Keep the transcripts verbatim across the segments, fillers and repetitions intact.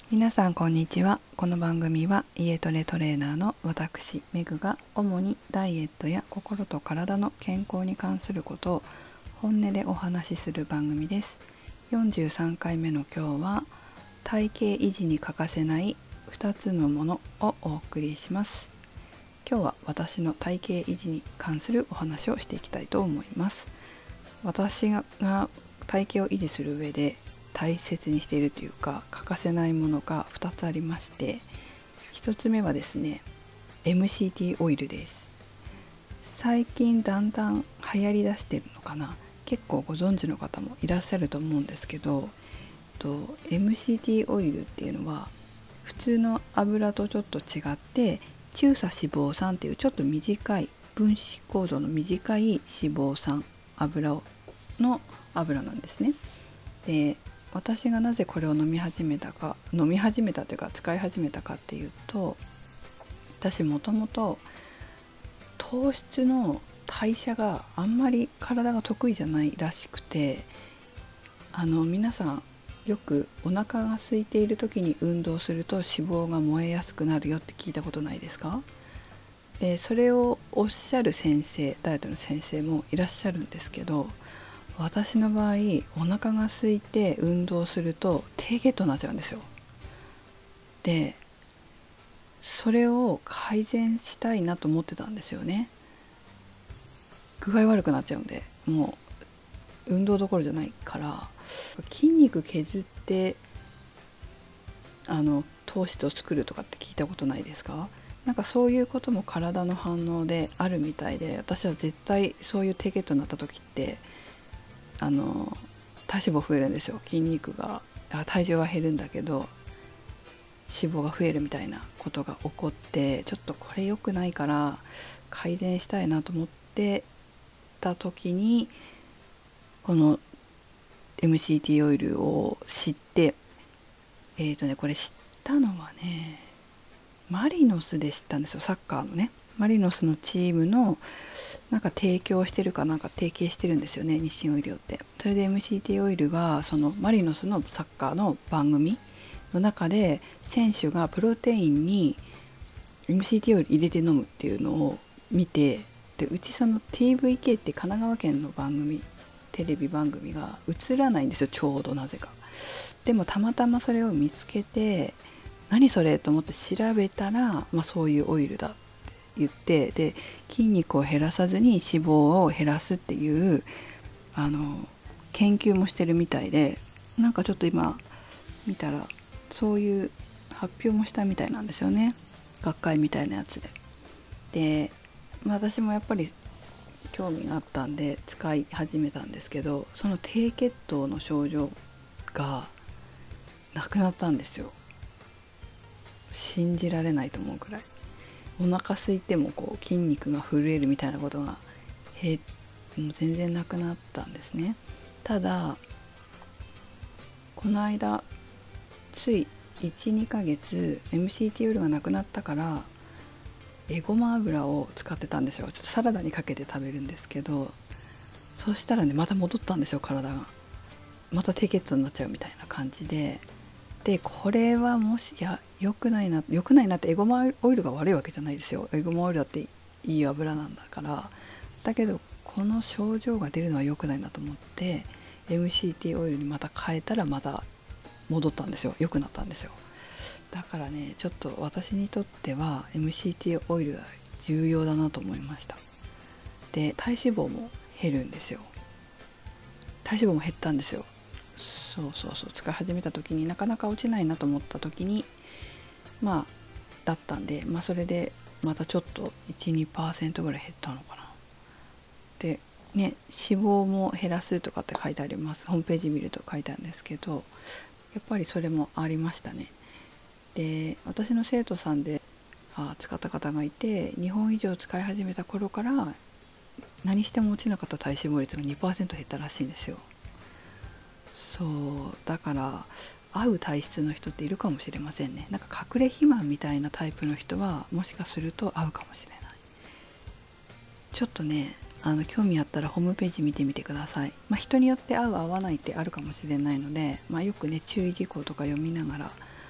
皆さんこんにちは。この番組は家トレトレーナーの私メグが主にダイエットや心と体の健康に関することを本音でお話しする番組です。よんじゅうさんかいめの今日は体型維持に欠かせないふたつのものをお送りします。今日は私の体型維持に関するお話をしていきたいと思います。私が体型を維持する上で大切にしているというか欠かせないものがふたつありまして、ひとつめはですね エムシーティー オイルです。最近だんだん流行りだしてるのかな。結構ご存知の方もいらっしゃると思うんですけど、と エムシーティー オイルっていうのは普通の油とちょっと違って中鎖脂肪酸っていうちょっと短い分子構造の短い脂肪酸油をの油なんですね。で私がなぜこれを飲み始めたか飲み始めたというか使い始めたかっていうと、私もともと糖質の代謝があんまり体が得意じゃないらしくて、あの皆さんよくお腹が空いている時に運動すると脂肪が燃えやすくなるよって聞いたことないですか？でそれをおっしゃる先生、ダイエットの先生もいらっしゃるんですけど、私の場合お腹が空いて運動すると低血糖になっちゃうんですよ。でそれを改善したいなと思ってたんですよね。具合悪くなっちゃうんで、もう運動どころじゃないから、筋肉削ってあの糖質を作るとかって聞いたことないですか？なんかそういうことも体の反応であるみたいで、私は絶対そういう低血糖になった時ってあの体脂肪増えるんですよ。筋肉が体重は減るんだけど脂肪が増えるみたいなことが起こって、ちょっとこれ良くないから改善したいなと思ってた時にこの エムシーティー オイルを知って、えーとねこれ知ったのはねマリノスで知ったんですよ。サッカーのねマリノスのチームのなんか提供してるかなんか提携してるんですよね、日清オイリオって。それで エムシーティー オイルがそのマリノスのサッカーの番組の中で選手がプロテインに エムシーティー オイル入れて飲むっていうのを見て、でうちその ティーブイケー って神奈川県の番組テレビ番組が映らないんですよ、ちょうどなぜか。でもたまたまそれを見つけて、何それと思って調べたら、まあ、そういうオイルだって言って、で筋肉を減らさずに脂肪を減らすっていうあの研究もしてるみたいで、なんかちょっと今見たらそういう発表もしたみたいなんですよね、学会みたいなやつで。で、まあ、私もやっぱり興味があったんで使い始めたんですけど、その低血糖の症状がなくなったんですよ。信じられないと思うくらい。お腹空いてもこう筋肉が震えるみたいなことがへもう全然なくなったんですね。ただこの間ついいち、にかげつ エムシーティー オイルがなくなったからエゴマ油を使ってたんですよ。ちょっとサラダにかけて食べるんですけど、そしたらねまた戻ったんですよ、体が。また低血糖になっちゃうみたいな感じで、でこれはもしや良くないな良くないなって、エゴマオイルが悪いわけじゃないですよ。エゴマオイルだっていい油なんだから。だけどこの症状が出るのは良くないなと思って エムシーティー オイルにまた変えたらまた戻ったんですよ。良くなったんですよ。だからねちょっと私にとっては エムシーティー オイルが重要だなと思いました。で体脂肪も減るんですよ。体脂肪も減ったんですよ。そうそうそう、使い始めた時になかなか落ちないなと思った時にまあだったんで、まあそれでまたちょっと いち、にパーセント ぐらい減ったのかな。でね、脂肪も減らすとかって書いてあります。ホームページ見ると書いてあるんですけど、やっぱりそれもありましたね。で私の生徒さんであ使った方がいて、にほん以上使い始めた頃から何しても落ちなかった体脂肪率が にパーセント 減ったらしいんですよ。そうだから合う体質の人っているかもしれませんね。なんか隠れ肥満みたいなタイプの人はもしかすると合うかもしれない。ちょっとねあの興味あったらホームページ見てみてください。まあ、人によって合う合わないってあるかもしれないので、まあ、よくね注意事項とか読みながら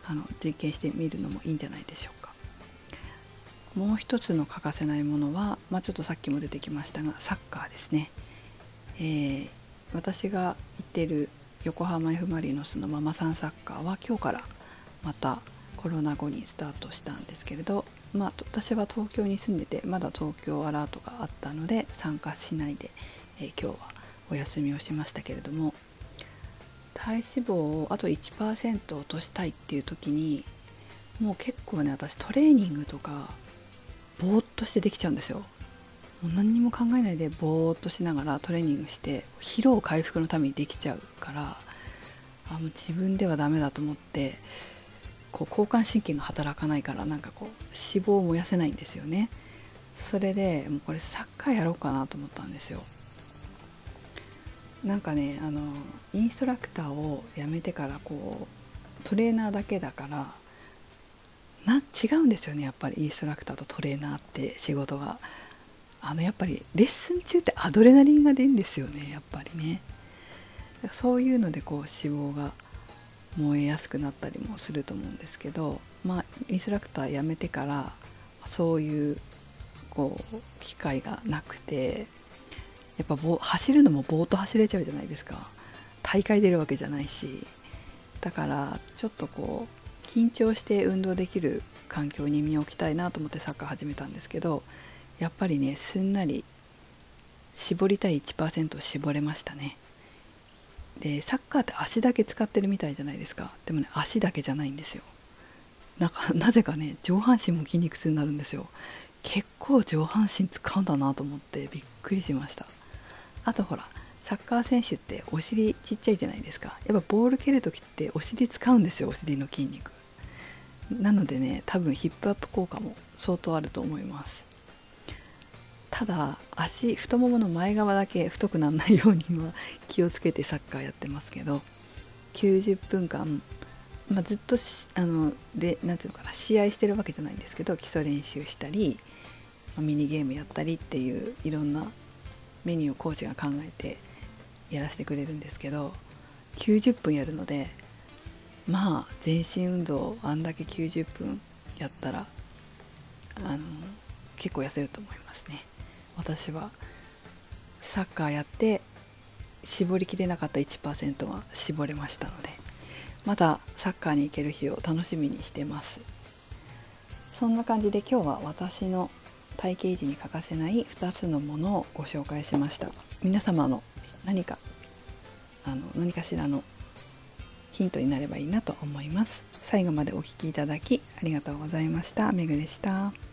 あの実験してみるのもいいんじゃないでしょうか。もう一つの欠かせないものは、まあ、ちょっとさっきも出てきましたがサッカーですね。えー、私が行っている横浜 F マリノスのママさんサッカーは今日からまたコロナ後にスタートしたんですけれど、まあ、私は東京に住んでてまだ東京アラートがあったので参加しないで、えー、今日はお休みをしましたけれども、体脂肪をあと いちパーセント 落としたいっていう時にもう結構ね、私トレーニングとかぼーっとしてできちゃうんですよ。もう何にも考えないでぼーっとしながらトレーニングして疲労回復のためにできちゃうから、あもう自分ではダメだと思ってこう交感神経が働かないからなんかこう脂肪を燃やせないんですよね。それでもうこれサッカーやろうかなと思ったんですよ。なんかねあのインストラクターを辞めてからこうトレーナーだけだからな違うんですよね。やっぱりインストラクターとトレーナーって仕事があのやっぱりレッスン中ってアドレナリンが出るんですよね、やっぱりね。そういうのでこう脂肪が燃えやすくなったりもすると思うんですけど、まあインストラクター辞めてからそういうこう機会がなくて、やっぱぼ走るのもぼーっと走れちゃうじゃないですか。大会出るわけじゃないし、だからちょっとこう緊張して運動できる環境に身を置きたいなと思ってサッカー始めたんですけど、やっぱりねすんなり絞りたい いちパーセント を絞れましたね。でサッカーって足だけ使ってるみたいじゃないですか。でもね足だけじゃないんですよ。なんかなぜかね上半身も筋肉痛になるんですよ。結構上半身使うんだなと思ってびっくりしました。あとほらサッカー選手ってお尻ちっちゃいじゃないですか。やっぱボール蹴るときってお尻使うんですよ、お尻の筋肉。なのでね多分ヒップアップ効果も相当あると思います。ただ足太ももの前側だけ太くならないようには気をつけてサッカーやってますけど、きゅうじゅっぷんかん、まあ、ずっとあのでなんていうのかな、試合してるわけじゃないんですけど基礎練習したり、まあ、ミニゲームやったりっていういろんなメニューをコーチが考えてやらせてくれるんですけど、きゅうじゅっぷんやるのでまあ全身運動をあんだけきゅうじゅっぷんやったらあの結構痩せると思いますね。私はサッカーやって絞りきれなかった いちパーセント は絞れましたので、またサッカーに行ける日を楽しみにしてます。そんな感じで今日は私の体型維持に欠かせないふたつのものをご紹介しました。皆様の何かあの何かしらのヒントになればいいなと思います。最後までお聞きいただきありがとうございました。めぐでした。